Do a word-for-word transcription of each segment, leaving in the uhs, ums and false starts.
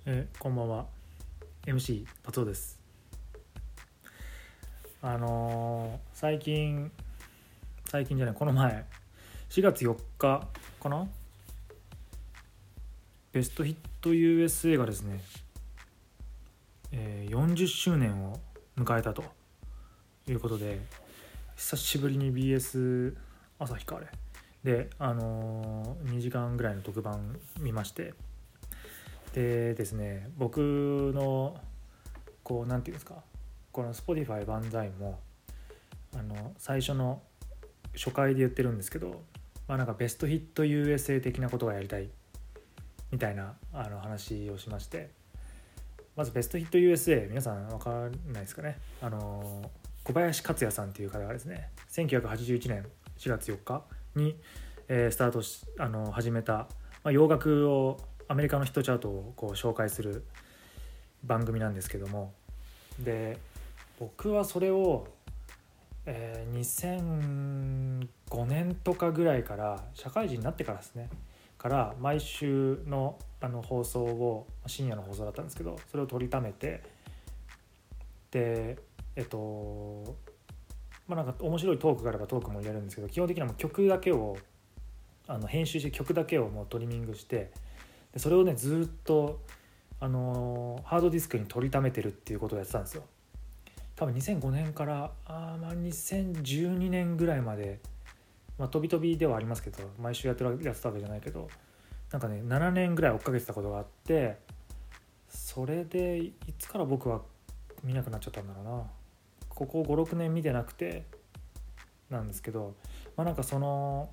えーこんばんは。 エムシー 達夫です。あのー最近最近じゃないこの前しがつよっかかな、ベストヒット ユーエスエー がですね、えーよんじゅっしゅうねんを迎えたということで、久しぶりに ビーエス 朝日かあれで、あのーにじかんぐらいの特番見まして、でですね、僕のこうなんていうんですか、この Spotify 万歳もあの最初の初回で言ってるんですけど、まあ、なんかベストヒット ユーエスエー 的なことがやりたいみたいなあの話をしまして、まずベストヒット ユーエスエー 皆さん分かんないですかね。あの小林克也さんっていう方がですね、せんきゅうひゃくはちじゅういちねんしがつよっかに、えースタートしあの始めた、まあ、洋楽をアメリカのヒットチャートをこう紹介する番組なんですけども、で僕はそれをえーにせんごねんとかぐらいから、社会人になってからですねから毎週のあの放送を、深夜の放送だったんですけど、それを取りためて、でえっとまあなんか面白いトークがあればトークも入れるんですけど、基本的にはもう曲だけをあの編集して曲だけをもうトリミングして、でそれをねずっとあのハードディスクに取りためてるっていうことをやってたんですよ。多分にせんごねんからあまあにせんじゅうにねんぐらいまで、まあ、飛び飛びではありますけど、毎週やってるやってたわけじゃないけど、なんかねななねんぐらい追っかけてたことがあって、それでいつから僕は見なくなっちゃったんだろうな。ここごろくねん見てなくてなんですけど、まあなんかその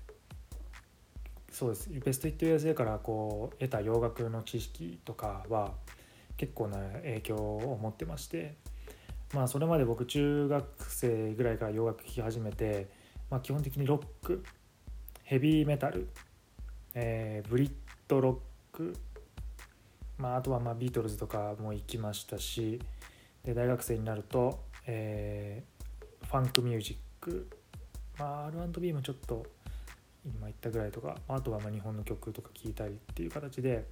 そうですベストヒット ユーエスエー からこう得た洋楽の知識とかは結構な影響を持ってまして、まあそれまで僕中学生ぐらいから洋楽聴き始めて、まあ、基本的にロック、ヘビーメタル、えーブリッドロック、まあ、あとはまあビートルズとかも行きましたし、で大学生になると、えーファンクミュージック、まあ、アールアンドビー もちょっと今言ったぐらいとか、あとはまあ日本の曲とか聴いたりっていう形で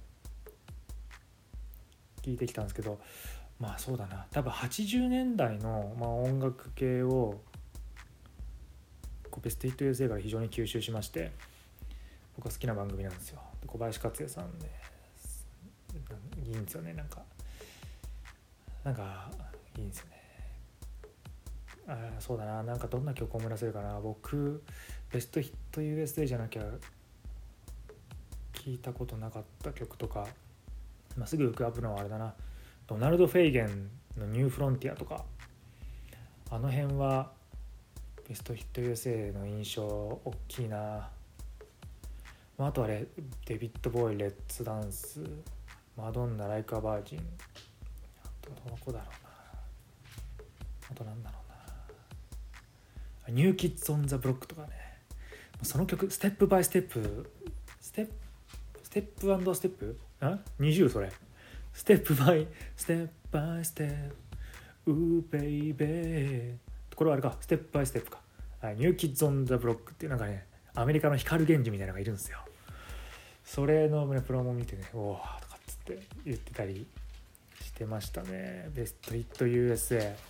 聴いてきたんですけど、まあそうだな、多分はちじゅうねんだいのまあ音楽系をこうベストヒット ユーエスエー から非常に吸収しまして、僕は好きな番組なんですよ。で小林克也さんね、いいんですよね。なんかなんかいいんですよね。あそうだな、なんかどんな曲を思い出せるかな。僕ベストヒット ユーエスエー じゃなきゃ聞いたことなかった曲とか、まあ、すぐ浮かぶのはあれだな、ドナルド・フェイゲンのニューフロンティアとか、あの辺はベストヒット ユーエスエー の印象大きいな。まあ、あとはレデビッド・ボーイ、レッツ・ダンス、マドンナ、ライク・ア・バージン、あとどこだろうな、あとなんだろうな、ニューキッズ・オン・ザ・ブロックとかね。その曲、ステップ・バイ・ステップ、ステップ、ステップ&ステップあにじゅうそれ。ステップ・バイ・ステップ・バイ・ステップ、ウーベイベー。これはあれか、ステップ・バイ・ステップか。はい、ニューキッズ・オン・ザ・ブロックっていうなんかね、アメリカの光源氏みたいなのがいるんですよ。それの、ね、プロモ見てね、おおとかっつって言ってたりしてましたね。ベストヒット ユーエスエー、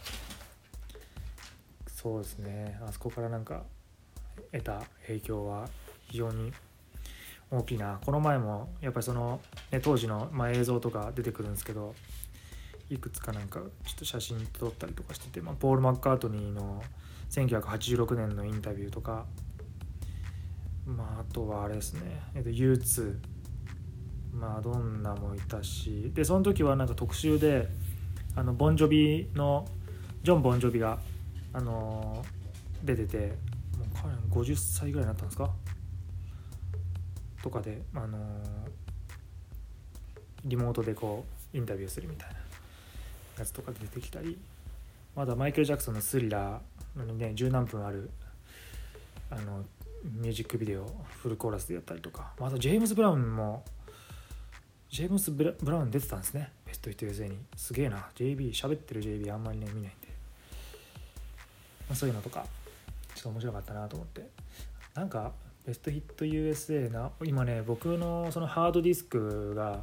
そうですね、あそこからなんか得た影響は非常に大きいな。この前もやっぱりその、ね、当時の、まあ、映像とか出てくるんですけど、いくつかなんかちょっと写真撮ったりとかしてて、まあ、ポール・マッカートニーのせんきゅうひゃくはちじゅうろくねんのインタビューとか、まあ、あとはあれですね、えっと、ユーツー、マドンナもいたし、でその時はなんか特集であのボンジョビのジョン・ボンジョビが、あのー出てて、もう彼ごじゅっさいぐらいになったんですかとかで、あのーリモートでこうインタビューするみたいなやつとか出てきたり、まだマイケル・ジャクソンのスリラーのね十何分あるあのミュージックビデオフルコーラスでやったりとか、またジェームズ・ブラウンもジェームズ・ブラウン出てたんですね、ベストヒット ユーエスエー に。すげえな、 ジェイビー 喋ってる ジェイビー あんまりね見ないんで、まあ、そういうのとかちょっと面白かったなと思って。なんかベストヒット ユーエスエー な、今ね僕のそのハードディスクが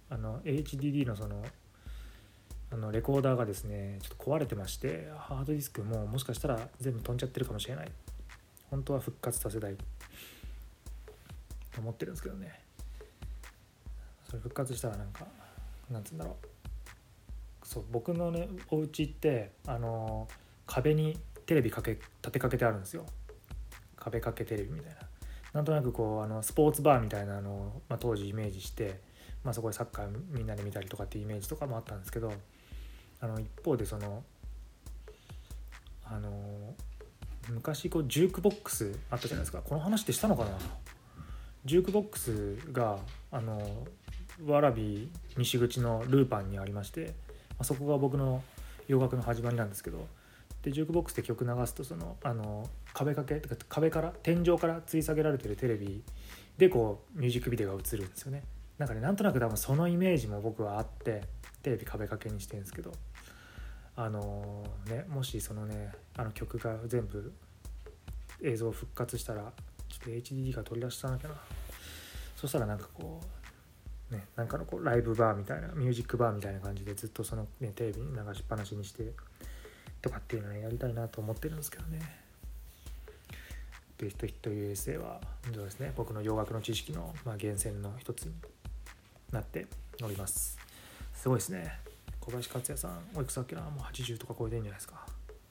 あの エイチディーディー のそのあのレコーダーがですねちょっと壊れてまして、ハードディスクももしかしたら全部飛んじゃってるかもしれない。本当は復活させたいと思ってるんですけどね。それ復活したらなんかなんつうんだろう、そう僕のねお家ってあの壁にテレビかけ立てかけてあるんですよ。壁掛けテレビみたいな、なんとなくこうあのスポーツバーみたいなのを、まあ、当時イメージして、まあ、そこでサッカーみんなで見たりとかっていうイメージとかもあったんですけど、あの一方でそのあの昔こうジュークボックスあったじゃないですか。この話ってしたのかな。ジュークボックスがあの蕨西口のルーパンにありまして、まあ、そこが僕の洋楽の始まりなんですけど、でジュークボックスで曲流すとそのあの壁掛けとか壁から天井から吊り下げられてるテレビでこうミュージックビデオが映るんですよね。なんかね、なんとなく多分そのイメージも僕はあってテレビ壁掛けにしてるんですけど、あのね、もしそのねあの曲が全部映像復活したらちょっと エイチディーディー から取り出したなきゃな。そしたらなんかこうね、なんかのこうライブバーみたいなミュージックバーみたいな感じでずっとその、ね、テレビに流しっぱなしにしてとかっていうのをやりたいなと思ってるんですけどね。ベストヒット ユーエスエー はそうですね、僕の洋楽の知識の、まあ、源泉の一つになっております。すごいですね。小林克也さんおいくつだっけな、もうはちじゅうとか超えてるんじゃないですか。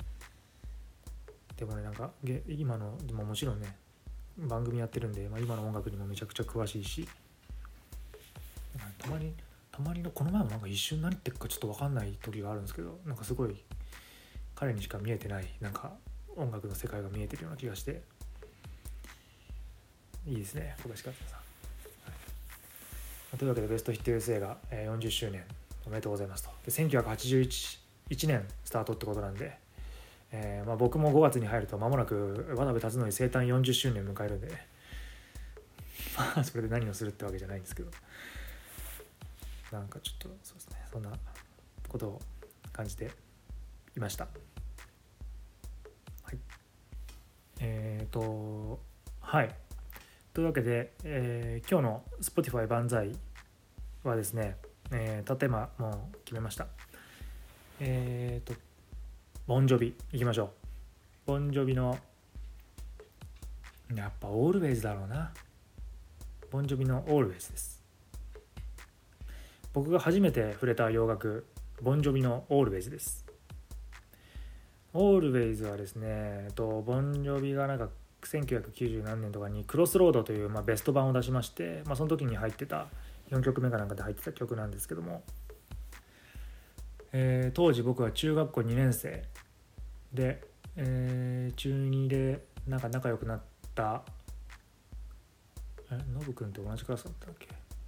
でもね、なんか今のでももちろんね番組やってるんで、まあ、今の音楽にもめちゃくちゃ詳しいし、たまにたまにのこの前もなんか一瞬何言ってるかちょっと分かんない時があるんですけど、なんかすごい彼にしか見えてないなんか音楽の世界が見えてるような気がしていいですね、小林克也さん、はい、というわけでベストヒット ユーエスエー がよんじゅっしゅうねんおめでとうございますと。でせんきゅうひゃくはちじゅういちねんスタートってことなんで、えーまあ、僕もごがつに入ると間もなく渡部達則生誕よんじゅっしゅうねん迎えるんで、ね、まあそれで何をするってわけじゃないんですけど、なんかちょっとそうですね、そんなことを感じていました。はい。えーとはいというわけで、えー、今日の Spotify 万歳はですね、えー、テーマもう決めました。えーとボンジョビいきましょう。ボンジョビのやっぱオールウェイズだろうな。ボンジョビのオールウェイズです。僕が初めて触れた洋楽、ボンジョビのオールウェイズです。オールウェイズはですね、とボンジョビがなんかせんきゅうひゃくきゅうじゅう何年とかにクロスロードという、まあ、ベスト版を出しまして、まあ、その時に入ってたよんきょくめかなんかで入ってた曲なんですけども、えー、当時僕は中学校にねん生で、えー、中にでなんか仲良くなったえノブくんと同じクラスだったっけ。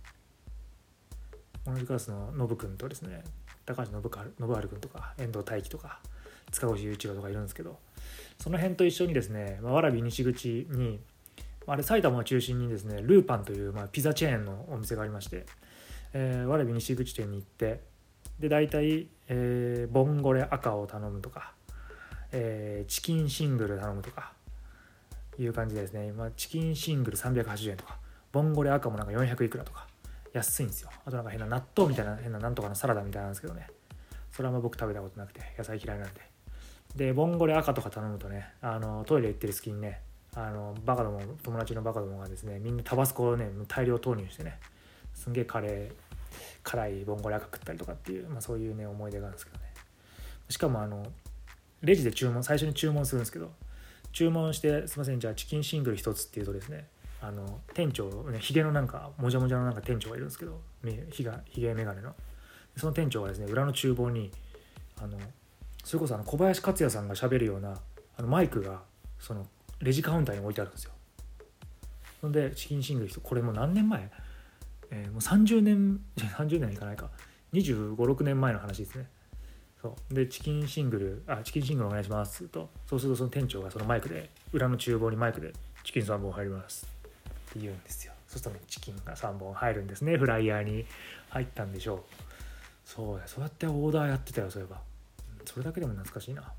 同じクラスのノブくんとですね、高橋信治くんとか遠藤大樹とか塚越雄一郎とかいるんですけど、その辺と一緒にですね、まあ、蕨西口にあれ埼玉を中心にですねルーパンという、まあ、ピザチェーンのお店がありまして、えー、蕨西口店に行って、で大体、えー、ボンゴレ赤を頼むとか、えー、チキンシングル頼むとかいう感じでですね、まあ、チキンシングルさんびゃくはちじゅうえんとかボンゴレ赤もなんかよんひゃくいくらとか安いんですよ。あとなんか変な納豆みたいな変ななんとかのサラダみたいなんですけどね、それはまあ僕食べたことなくて野菜嫌いなんで。でボンゴレ赤とか頼むとね、あのトイレ行ってる隙にね、あのバカども友達のバカどもがですねみんなタバスコをね大量投入してね、すんげえカレー辛いボンゴレ赤食ったりとかっていう、まあ、そういうね思い出があるんですけどね。しかもあのレジで注文最初に注文するんですけど、注文してすいませんじゃあチキンシングル一つっていうとですね、あの店長ねヒゲのなんかもじゃもじゃのなんか店長がいるんですけど、ヒがヒゲメガネのその店長がですね裏の厨房にあのそれこそあの小林克也さんが喋るようなあのマイクがそのレジカウンターに置いてあるんですよ。そんでチキンシングルこれもう何年前、えー、もうさんじゅうねんさんじゅうねんはいかないかにじゅうご、ろくねんまえの話ですね。そうでチキンシングルあチキンシングルお願いしますと、そうするとその店長がそのマイクで裏の厨房にマイクでチキンさんぼん入りますって言うんですよ。そうするとねチキンがさんぼん入るんですね。フライヤーに入ったんでしょう。そうやそうやってオーダーやってたよ。そういえばそれだけでも懐かしいな。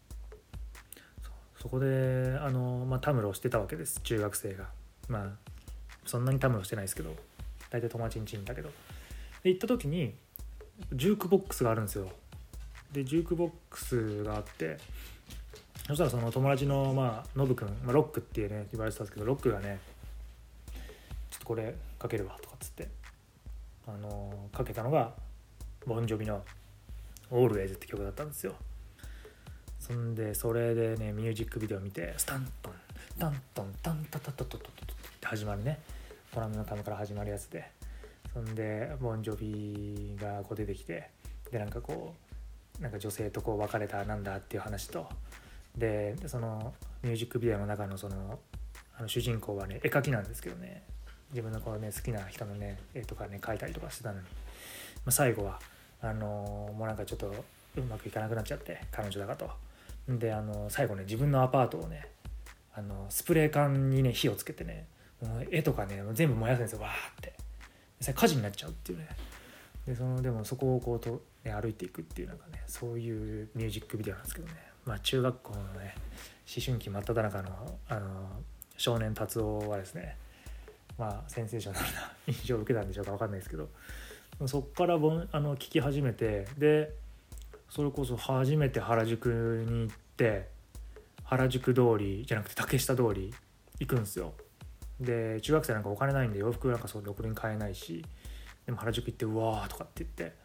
そ, そこであの、まあ、タムロをしてたわけです。中学生がまあそんなにタムロしてないですけど大体友達ん家にいたけど、 で行った時にジュークボックスがあるんですよ。でジュークボックスがあって、そしたらその友達のまあノブくん、まあ、ロックってね言われてたんですけど、ロックがねちょっとこれかけるわとかっつってあのー、かけたのがボンジョビのオールウェイズって曲だったんですよ。そんでそれでねミュージックビデオ見て、スタントンタントンタンタタタタタタって始まるね、ドラムのタムから始まるやつで、そんでボンジョビがこう出てきて、でなんかこうなんか女性とこう別れたなんだっていう話と、でそのミュージックビデオの中のそのあの主人公はね絵描きなんですけどね、自分のこうね好きな人のね絵とかね描いたりとかしてたのに、まあ、最後はあのー、もうなんかちょっとうまくいかなくなっちゃって、彼女だかと。であの最後ね自分のアパートをねあのスプレー缶にね火をつけてね、もう絵とかね全部燃やすんですよ、わーって。それ火事になっちゃうっていうね。でそのでもそこをこうと、ね、歩いていくっていうなんかね、そういうミュージックビデオなんですけどね、まあ中学校のね思春期真っ只中のあの少年達夫はですね、まあセンセーショナルな印象を受けたんでしょうか分かんないですけど、そっからぼんあの聞き始めて、でそれこそ初めて原宿に行って、原宿通りじゃなくて竹下通り行くんですよ。で中学生なんかお金ないんで洋服なんかそうろくに買えないし、でも原宿行ってうわーとかって言って、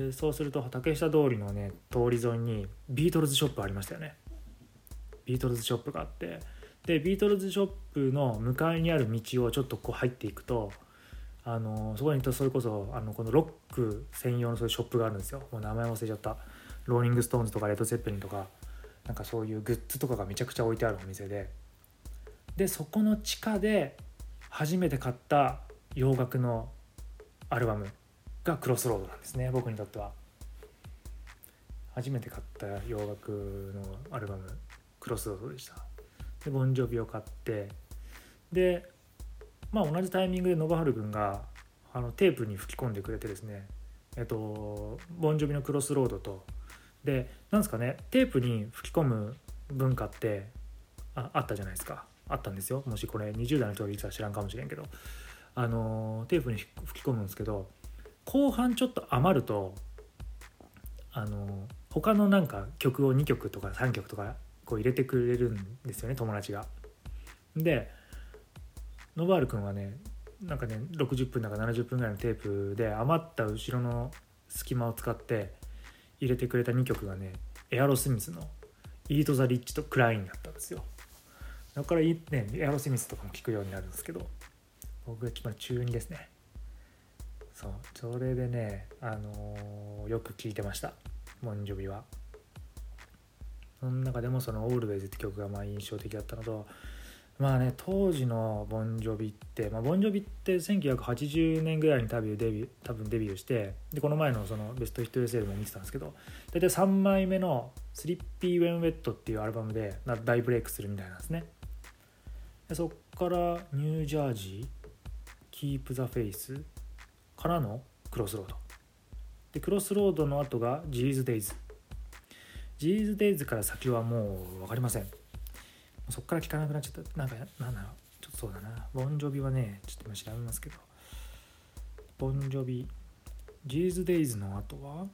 でそうすると竹下通りのね通り沿いにビートルズショップありましたよね。ビートルズショップがあって、でビートルズショップの向かいにある道をちょっとこう入っていくと、あのそこに行くとそれこそあのこのロック専用のそういうショップがあるんですよ。もう名前忘れちゃった。ローリングストーンズとかレッド・ゼッペリンとかなんかそういうグッズとかがめちゃくちゃ置いてあるお店で、でそこの地下で初めて買った洋楽のアルバムがクロスロードなんですね。僕にとっては初めて買った洋楽のアルバムクロスロードでした。でボンジョビを買って、でまあ同じタイミングでノバハル君があのテープに吹き込んでくれてですね、えっとボンジョビのクロスロードと、でなんですかね、テープに吹き込む文化って あ, あったじゃないですか。あったんですよ。もしこれにじゅう代の人が実は知らんかもしれんけど、あのテープに吹き込むんですけど、後半ちょっと余るとあの他のなんか曲をにきょくとかさんきょくとかこう入れてくれるんですよね、友達が。でノバール君はねなんかねろくじゅっぷんだかななじゅっぷんぐらいのテープで余った後ろの隙間を使って入れてくれたにきょくがねエアロスミスのイート・ザ・リッチとクラインだったんですよ。だからねエアロスミスとかも聴くようになるんですけど、僕が一番中にですね。そうそれでね、あのー、よく聴いてましたボンジョビは。その中でもそのオールウェイズって曲がまあ印象的だったのと、まあね当時のボンジョビって、まあ、ボンジョビってせんきゅうひゃくはちじゅうねんぐらいに多分デビュー多分デビューして、でこの前のそのベストヒット ユーエスエー でも見てたんですけど、大体さんまいめのスリッピー・ウェン・ウェットっていうアルバムで大ブレイクするみたいなんですね。でそっからニュージャージー、キープ・ザ・フェイスからのクロスロードで、クロスロードの後がジーズ・デイズ。ジーズ・デイズから先はもう分かりません。そっから聞かなくなっちゃった。なんかなんだろう、ちょっとそうだな。ボンジョビはねちょっと今調べますけど、ボンジョビジーズ・デイズの後は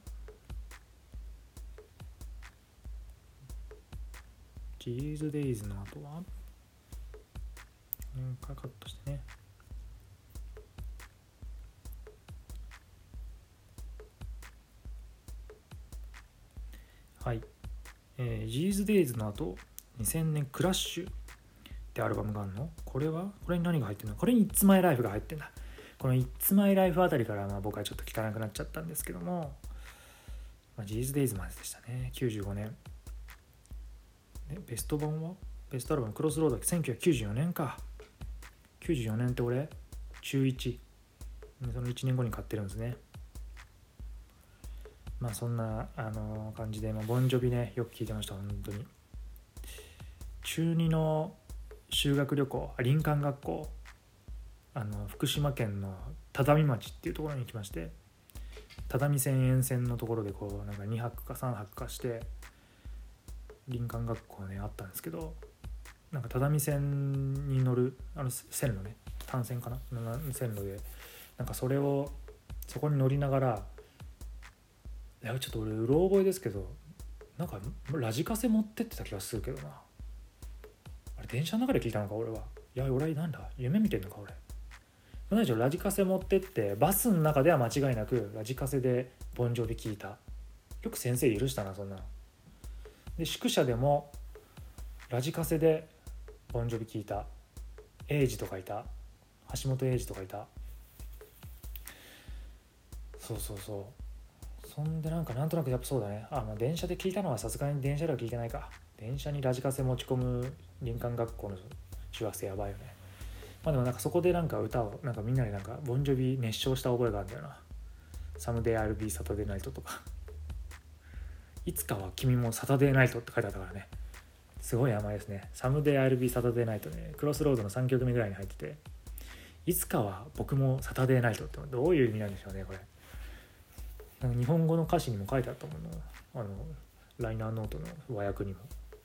ジーズ・デイズの後はうんカットしてね、はい、えー、ジーズ・デイズの後にせんねんクラッシュってアルバムがあるの。これはこれに何が入ってるの。これに It's My Life が入ってるんだ。この It's My Life あたりからまあ僕はちょっと聞かなくなっちゃったんですけども、まあ、ジーズ・デイズまででしたね。きゅうじゅうごねんでベスト版はベストアルバムクロスロードせんきゅうひゃくきゅうじゅうよねんか。きゅうじゅうよねんって俺中いち、そのいちねんごに買ってるんですね。まあそんなあの感じで、まあ、ボンジョビねよく聞いてました本当に。中にの修学旅行、林間学校、あの福島県の只見町っていうところに行きまして、只見線沿線のところでこうなんかにはくかさんはくかして林間学校ねあったんですけど、なんか只見線に乗るあの線路ね、単線かな線路でなんかそれをそこに乗りながら、いやちょっと俺うろ覚えですけど、なんかラジカセ持ってってた気がするけどな。あれ電車の中で聞いたのか俺は。いや俺なんだ夢見てんのか俺。何でしょう、ラジカセ持ってってバスの中では間違いなくラジカセでボンジョビ聞いた。よく先生許したなそんなの。で宿舎でもラジカセでボンジョビ聞いた。エイジとかいた、橋本エイジとかいた。そうそうそう。そんでなんかなんとなくやっぱそうだね。あ、まあ、電車で聞いたのはさすがに電車では聞いてないか。電車にラジカセ持ち込む林間学校の中学生やばいよね。まあでもなんかそこでなんか歌をなんかみんなでなんかボンジョビ熱唱した覚えがあるんだよな。サムデイ I'll be Saturday Night とかいつかは君もサタデーナイトって書いてあったからね。すごい甘いですね。サムデイ I'll be Saturday Night ね、クロスロードのさんきょくめぐらいに入ってて、いつかは僕もサタデーナイトってどういう意味なんでしょうねこれ。なんか日本語の歌詞にも書いてあったもの、あのライナーノートの和訳にも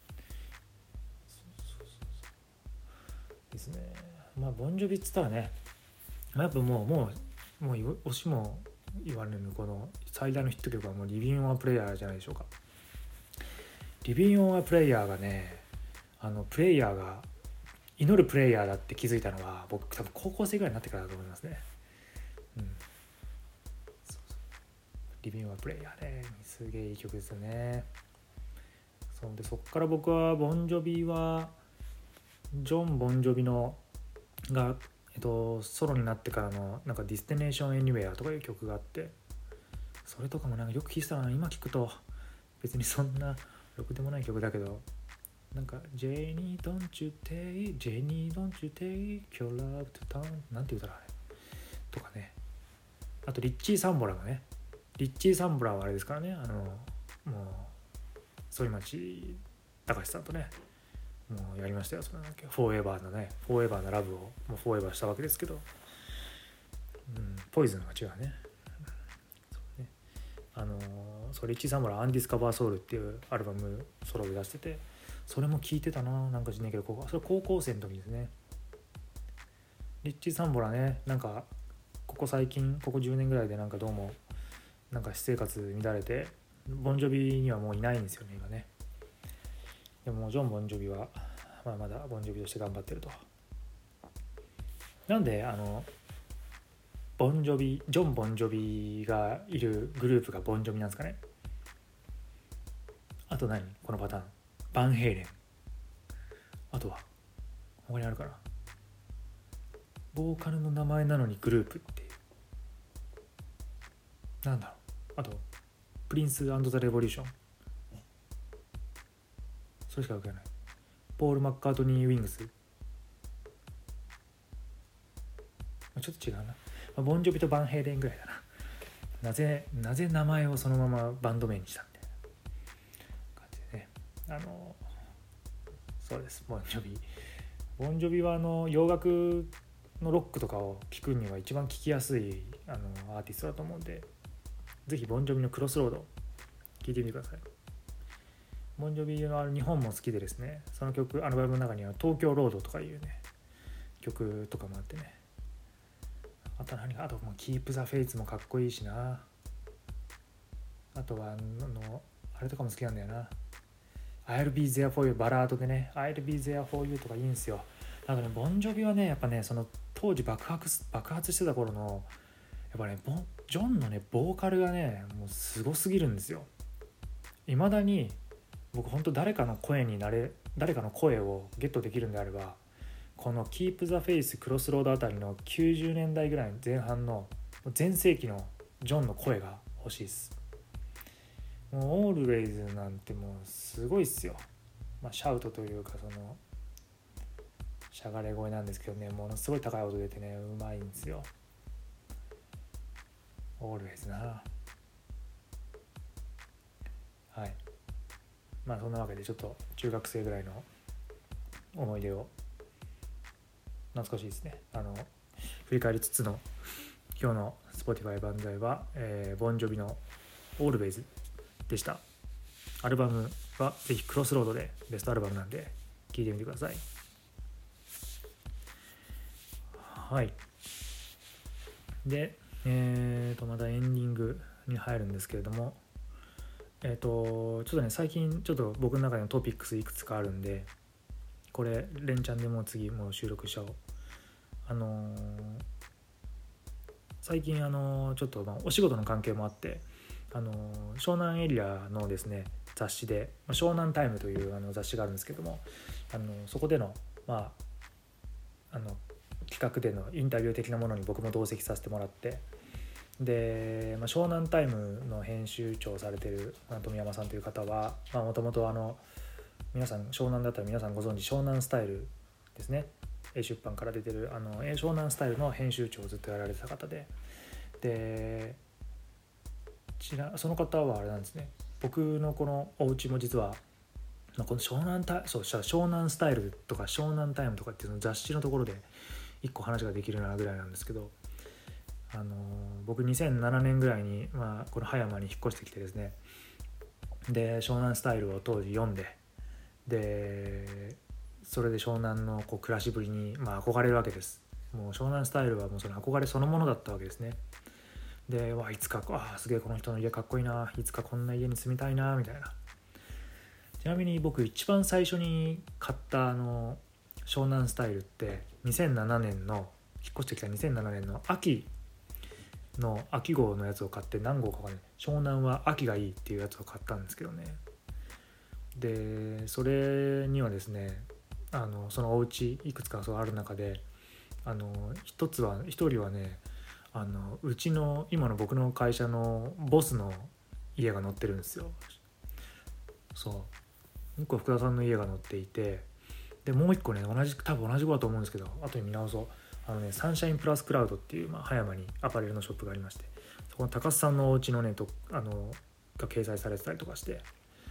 ですね。まあボンジョビっつったらね、やっぱもうもうもう推しも言われるこの最大のヒット曲はもうリビン・オン・プレイヤーじゃないでしょうか。リビン・オン・プレイヤーがね、あのプレイヤーが祈るプレイヤーだって気づいたのは僕多分高校生ぐらいになってからだと思いますね。うん、そうそうリビン・オン・プレイヤーね、すげえいい曲ですよね。そんでそっから僕はボンジョビはジョン・ボンジョビのが、えっと、ソロになってからのなんかディスティネーション・エニウェアとかいう曲があって、それとかもなんかよく聴いてたな。今聴くと別にそんなろくでもない曲だけど、なんか Jenny don't you take Jenny don't you take your love to town なんて言うたらあれとかね。あとリッチー・サンボラがね、リッチー・サンボラはあれですからね、あのもう反町隆史さんとねもうやりましたよ。それだけフォーエバーのね、フォーエバーのラブをもうフォーエバーしたわけですけど、うん、ポイズンは違うね。そうね、あのそうリッチー・サンボラアンディスカバーソウルっていうアルバムソロで出してて、それも聴いてたな。なんかしねえけどそれ高校生の時ですね。リッチー・サンボラね、なんかここ最近ここじゅうねんぐらいでなんかどうもなんか私生活乱れてボンジョビにはもういないんですよね今ね。でもジョン・ボンジョビは、まあ、まだボンジョビとして頑張ってると。なんであのボンジョビジョン・ボンジョビがいるグループがボンジョビなんですかね。あと何このパターン、バンヘイレン、あとは他にあるかな。ボーカルの名前なのにグループっていうなんだろう。あとプリンス&ザ・レボリューション、それしか分からない。ポール・マッカートニー・ウィングス、ちょっと違うな、まあ、ボンジョビとバンヘイレンぐらいだな。なぜなぜ名前をそのままバンド名にしたみたいな感じでね。あのそうです、ボンジョビボンジョビはあの洋楽のロックとかを聴くには一番聴きやすいあのアーティストだと思うんで、ぜひボンジョビのクロスロード聴いてみてください。ボンジョビの日本も好きでですね、その曲アルバムの中には東京ロードとかいうね曲とかもあってね。あと何かあともうキープザフェイツもかっこいいしな。あとはあのあれとかも好きなんだよな。I'll be there for you バラードでね I'll be there for you とかいいんですよ。なんかねボンジョビはねやっぱねその当時爆発爆発してた頃のやっぱねボンジョンのねボーカルがねもうすごすぎるんですよ。いまだに僕本当誰かの声になれ誰かの声をゲットできるんであればこの Keep the Faith クロスロードあたりのきゅうじゅうねんだいぐらい前半の全盛期のジョンの声が欲しいです。もう Always なんてもうすごいっすよ。まあシャウトというかそのしゃがれ声なんですけどね、ものすごい高い音出てねうまいんですよ。 Always な。はい、まあそんなわけでちょっと中学生ぐらいの思い出を懐かしいですね。あの振り返りつつの今日の Spotify 万歳は、えー、ボンジョビの Always でした。アルバムはぜひクロスロードでベストアルバムなんで聴いてみてください。はい。でえーとまたエンディングに入るんですけれども、えーとちょっとね最近ちょっと僕の中でのトピックスいくつかあるんで、これ連チャンでもう次もう収録しちゃおう。あのー、最近あのー、ちょっとまあお仕事の関係もあって、あのー、湘南エリアのですね雑誌で、まあ、湘南タイムというあの雑誌があるんですけども、あのそこでのまああの企画でのインタビュー的なものに僕も同席させてもらって、で、まあ、湘南タイムの編集長をされている富山さんという方はもともとあの皆さん湘南だったら皆さんご存知湘南スタイルですね、出版から出てるあの湘南スタイルの編集長をずっとやられてた方で、でちなその方はあれなんですね、僕のこのお家も実はこの湘南タイそう湘南スタイルとか湘南タイムとかっていうの雑誌のところで一個話ができるなぐらいなんですけど、あの僕にせんななねんぐらいに、まあ、この葉山に引っ越してきてですね、で湘南スタイルを当時読んで、でそれで湘南のこう暮らしぶりに、まあ、憧れるわけです。もう湘南スタイルはもうその憧れそのものだったわけですね。でわいつかあすげえこの人の家かっこいいな、いつかこんな家に住みたいなみたいな。ちなみに僕一番最初に買ったあの湘南スタイルってにせんななねんの引っ越してきたにせんななねんの秋の秋号のやつを買って、何号かがね湘南は秋がいいっていうやつを買ったんですけどね。でそれにはですねあのそのお家いくつかそうある中で、あの一つは一人はねあのうちの今の僕の会社のボスの家が載ってるんですよ。そう一個福田さんの家が載っていて、でもう一個ね同じ多分同じ子だと思うんですけど後に見直そう、あのねサンシャインプラスクラウドっていう、まあ、葉山にアパレルのショップがありまして、そこの高須さんのお家のねとあのが掲載されてたりとかして、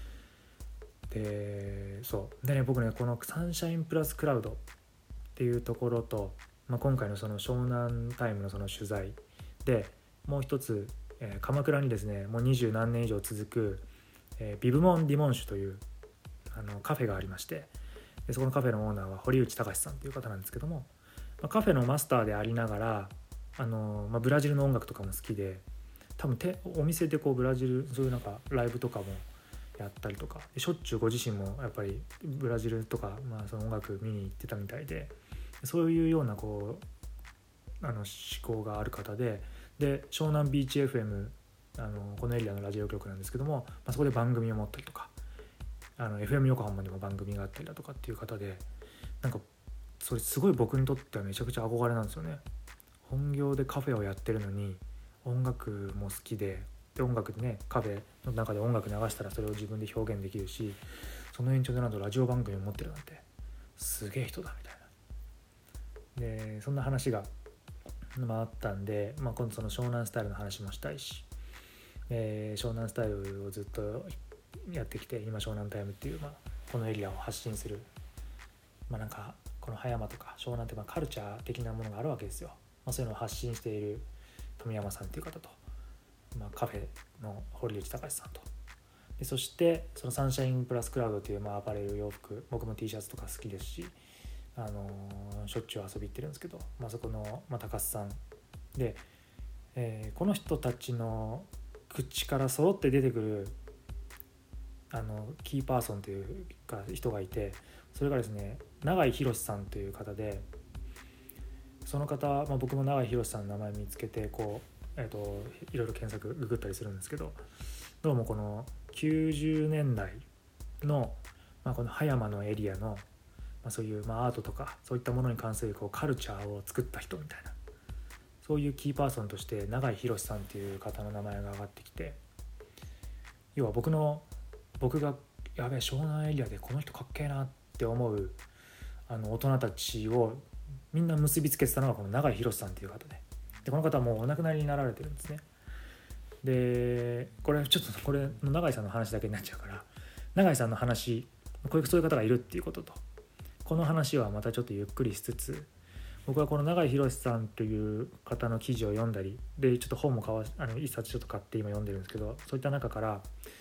でそうでね僕ねこのサンシャインプラスクラウドっていうところと、まあ、今回のその湘南タイムのその取材でもう一つ、えー、鎌倉にですねもう二十何年以上続く、えー、ビブモンディモンシュというあのカフェがありまして、でそこのカフェのオーナーは堀内隆さんという方なんですけども、まあ、カフェのマスターでありながらあの、まあ、ブラジルの音楽とかも好きで、多分てお店でこうブラジルそういうなんかライブとかもやったりとか、しょっちゅうご自身もやっぱりブラジルとか、まあ、その音楽見に行ってたみたいで、そういうようなこうあの思考がある方で、で湘南ビーチ エフエム あのこのエリアのラジオ局なんですけども、まあ、そこで番組を持ったりとか、あの エフエム 横浜でも番組があったりだとかっていう方で、なんかそれすごい僕にとってはめちゃくちゃ憧れなんですよね。本業でカフェをやってるのに音楽も好きで、で音楽でねカフェの中で音楽流したらそれを自分で表現できるし、その延長でなんとラジオ番組を持ってるなんてすげえ人だみたいな。でそんな話が、まあ、あったんで、まあ、今度その湘南スタイルの話もしたいし、えー、湘南スタイルをずっとやってきて今湘南タイムっていう、まあ、このエリアを発信する、まあなんかこの葉山とか湘南ってまあカルチャー的なものがあるわけですよ。まあ、そういうのを発信している富山さんという方と、まあ、カフェの堀内隆さんと、でそしてそのサンシャインプラスクラウドという、まあ、アパレル洋服、僕も T シャツとか好きですし、あのー、しょっちゅう遊び行ってるんですけど、まあ、そこの、まあ、高須さんで、えー、この人たちの口から揃って出てくるあのキーパーソンというか人がいて、それがですね永井博さんという方で、その方、まあ、僕も永井博さんの名前見つけてこう、えー、といろいろ検索ググったりするんですけど、どうもこのきゅうじゅうねんだいの、まあ、この葉山のエリアの、まあ、そういう、まあ、アートとかそういったものに関するこうカルチャーを作った人みたいな、そういうキーパーソンとして永井博さんという方の名前が上がってきて、要は僕の僕がやべえ湘南エリアでこの人かっけえなって思うあの大人たちをみんな結びつけてたのがこの永井博さんという方で、でこの方はもうお亡くなりになられてるんですね。でこれちょっとこれ永井さんの話だけになっちゃうから、永井さんの話、こういうそういう方がいるっていうことと、この話はまたちょっとゆっくりしつつ、僕はこの永井博さんという方の記事を読んだりで、ちょっと本も買わあの一冊ちょっと買って今読んでるんですけど、そういった中から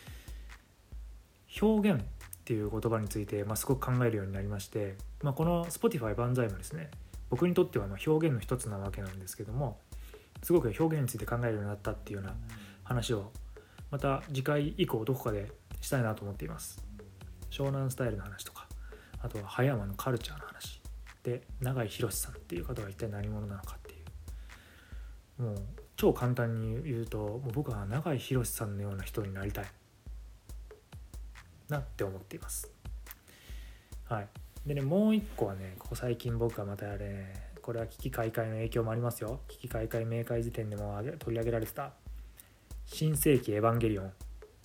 表現っていう言葉について、まあ、すごく考えるようになりまして、まあ、この Spotify 万歳もですね僕にとってはまあ表現の一つなわけなんですけども、 すごく表現について考えるようになったっていうような話をまた次回以降どこかでしたいなと思っています。湘南スタイルの話とか、あとは葉山のカルチャーの話で、永井博さんっていう方が一体何者なのかっていう、もう超簡単に言うと、もう僕は永井博さんのような人になりたいなって思っています。はい。でね、もう一個はね、ここ最近僕はまたあれ、ね、これは危機開会の影響もありますよ。危機開会明快辞典でも取り上げられてた新世紀エヴァンゲリオン、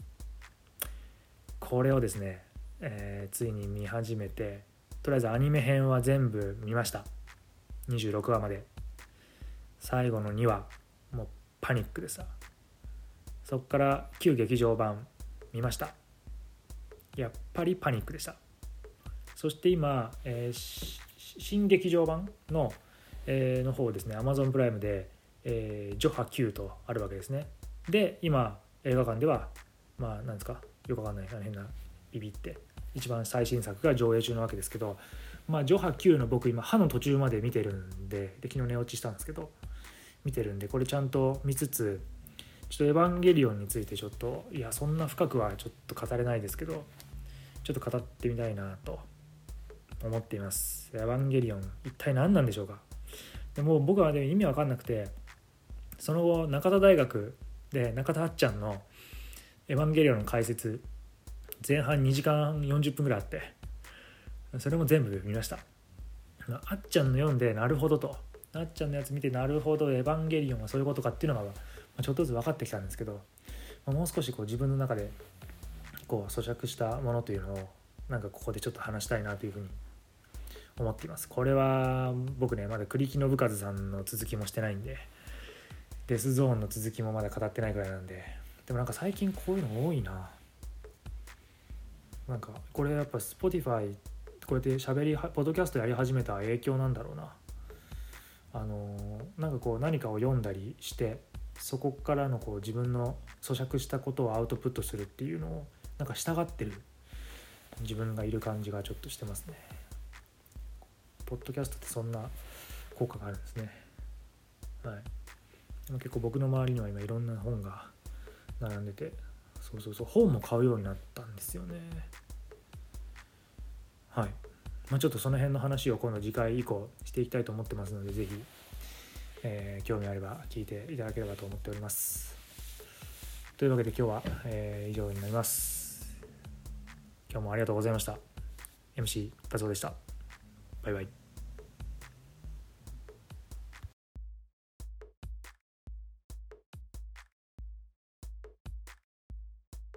これをですね、えー、ついに見始めて、とりあえずアニメ編は全部見ました。にじゅうろくわまで。最後のにわもうパニックでさ、そっから旧劇場版見ました。やっぱりパニックでした。そして今、えー、新劇場版の、えー、の方ですね、 Amazon プライムで、えー、ジョハきゅうとあるわけですね。で今映画館ではまあなんですか、よくわかんない変なビビって一番最新作が上映中なわけですけど、まあジョハきゅうの僕今歯の途中まで見てるんで、で昨日寝落ちしたんですけど見てるんで、これちゃんと見つつ、ちょっとエヴァンゲリオンについてちょっと、いやそんな深くはちょっと語れないですけど、ちょっと語ってみたいなと思っています。エヴァンゲリオン一体何なんでしょうか。でも僕はでも意味わかんなくて、その後中田大学で中田あっちゃんのエヴァンゲリオンの解説前半にじかんよんじゅっぷんぐらいあって、それも全部見ました。あっちゃんの読んでなるほどと、あっちゃんのやつ見てなるほどエヴァンゲリオンはそういうことかっていうのがちょっとずつ分かってきたんですけど、もう少しこう自分の中でこう咀嚼したものというのをなんかここでちょっと話したいなというふうに思っています。これは僕ね、まだ栗木信和さんの続きもしてないんで、デスゾーンの続きもまだ語ってないくらいなんで、でもなんか最近こういうの多いな。なんかこれやっぱ Spotify こうやって喋りポッドキャストやり始めた影響なんだろうな。あのなんかこう何かを読んだりして、そこからのこう自分の咀嚼したことをアウトプットするっていうのをなんか従ってる自分がいる感じがちょっとしてますね。ポッドキャストってそんな効果があるんですね。はい。でも結構僕の周りには今いろんな本が並んでて、そうそうそう、本も買うようになったんですよね。はい。まあ、ちょっとその辺の話を今度次回以降していきたいと思ってますので、ぜひ、えー、興味あれば聞いていただければと思っております。というわけで今日は、えー、以上になります。今日もありがとうございました。エムシー 達夫でした。バイバイ。